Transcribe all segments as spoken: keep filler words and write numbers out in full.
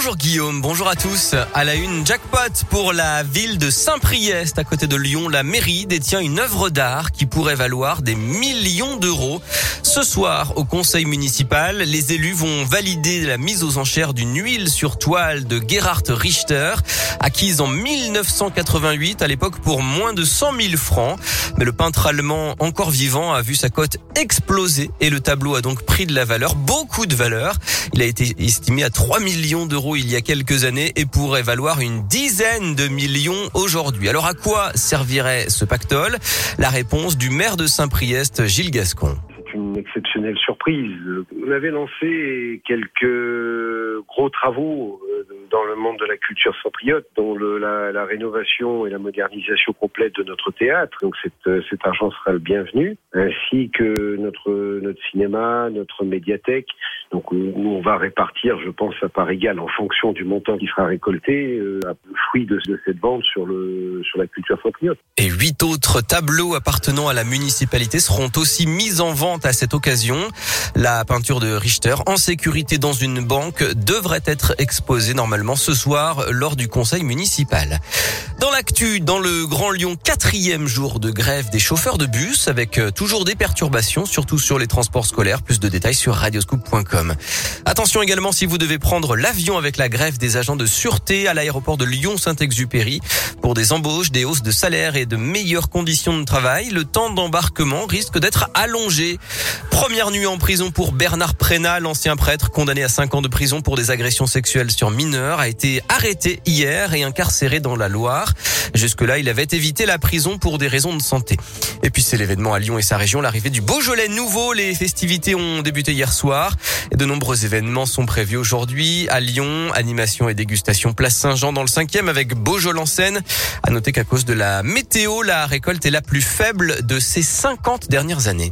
Bonjour Guillaume, bonjour à tous. À la une, jackpot pour la ville de Saint-Priest, à côté de Lyon. La mairie détient une œuvre d'art qui pourrait valoir des millions d'euros. Ce soir, au conseil municipal, les élus vont valider la mise aux enchères d'une huile sur toile de Gerhard Richter, acquise en mille neuf cent quatre-vingt-huit, à l'époque pour moins de cent mille francs. Mais le peintre allemand encore vivant a vu sa cote exploser et le tableau a donc pris de la valeur, beaucoup de valeur. Il a été estimé à trois millions d'euros il y a quelques années et pourrait valoir une dizaine de millions aujourd'hui. Alors à quoi servirait ce pactole ? La réponse du maire de Saint-Priest, Gilles Gascon. Une exceptionnelle surprise. On avait lancé quelques gros travaux dans le monde de la culture saint-priote, dont le, la, la rénovation et la modernisation complète de notre théâtre. Donc cet, cet argent sera le bienvenu, ainsi que notre, notre cinéma, notre médiathèque. Donc nous, on va répartir, je pense, à part égale en fonction du montant qui sera récolté, euh, le fruit de, de cette vente sur, le, sur la culture saint-priote. Et huit autres tableaux appartenant à la municipalité seront aussi mis en vente à cette occasion. La peinture de Richter, en sécurité dans une banque, devrait être exposée normalement ce soir lors du conseil municipal. Dans l'actu, dans le Grand Lyon, quatrième jour de grève des chauffeurs de bus, avec toujours des perturbations, surtout sur les transports scolaires. Plus de détails sur radioscoop point com. Attention également si vous devez prendre l'avion avec la grève des agents de sûreté à l'aéroport de Lyon-Saint-Exupéry. Pour des embauches, des hausses de salaire et de meilleures conditions de travail, le temps d'embarquement risque d'être allongé. Première nuit en prison pour Bernard Prénat, l'ancien prêtre condamné à cinq ans de prison pour des agressions sexuelles sur mineurs, a été arrêté hier et incarcéré dans la Loire. Jusque-là, il avait évité la prison pour des raisons de santé. Et puis c'est l'événement à Lyon et sa région, l'arrivée du Beaujolais nouveau. Les festivités ont débuté hier soir et de nombreux événements sont prévus aujourd'hui à Lyon. Animation et dégustation place Saint-Jean dans le cinquième avec Beaujolais en scène. À noter qu'à cause de la météo, la récolte est la plus faible de ces cinquante dernières années.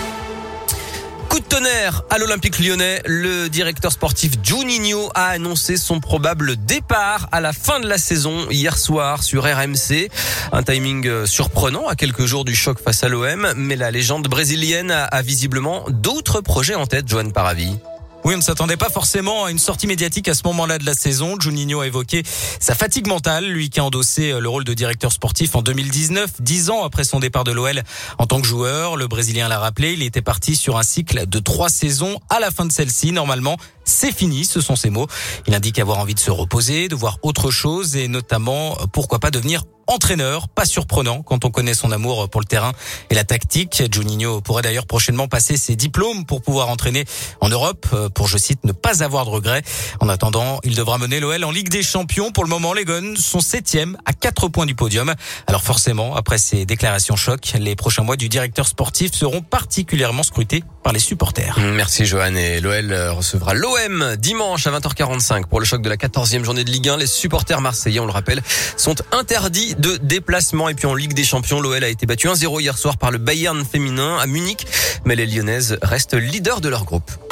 Coup de tonnerre à l'Olympique Lyonnais. Le directeur sportif Juninho a annoncé son probable départ à la fin de la saison hier soir sur R M C. Un timing surprenant à quelques jours du choc face à l'O M, mais la légende brésilienne a, a visiblement d'autres projets en tête, Johan Paravi. Oui, on ne s'attendait pas forcément à une sortie médiatique à ce moment-là de la saison. Juninho a évoqué sa fatigue mentale, lui qui a endossé le rôle de directeur sportif en deux mille dix-neuf, dix ans après son départ de l'O L en tant que joueur. Le Brésilien l'a rappelé, il était parti sur un cycle de trois saisons. À la fin de celle-ci, normalement, c'est fini, ce sont ses mots. Il indique avoir envie de se reposer, de voir autre chose et notamment, pourquoi pas devenir entraîneur, pas surprenant quand on connaît son amour pour le terrain et la tactique. Juninho pourrait d'ailleurs prochainement passer ses diplômes pour pouvoir entraîner en Europe, pour, je cite, ne pas avoir de regrets. En attendant, il devra mener l'O L en Ligue des Champions. Pour le moment, les Guns sont septième à quatre points du podium. Alors forcément, après ces déclarations choc, les prochains mois du directeur sportif seront particulièrement scrutés par les supporters. Merci Johan. Et l'O L recevra l'O M dimanche à vingt heures quarante-cinq pour le choc de la quatorzième journée de Ligue un. Les supporters marseillais, on le rappelle, sont interdits de déplacement. Et puis en Ligue des Champions, l'O L a été battu un zéro hier soir par le Bayern féminin à Munich. Mais les Lyonnaises restent leaders de leur groupe.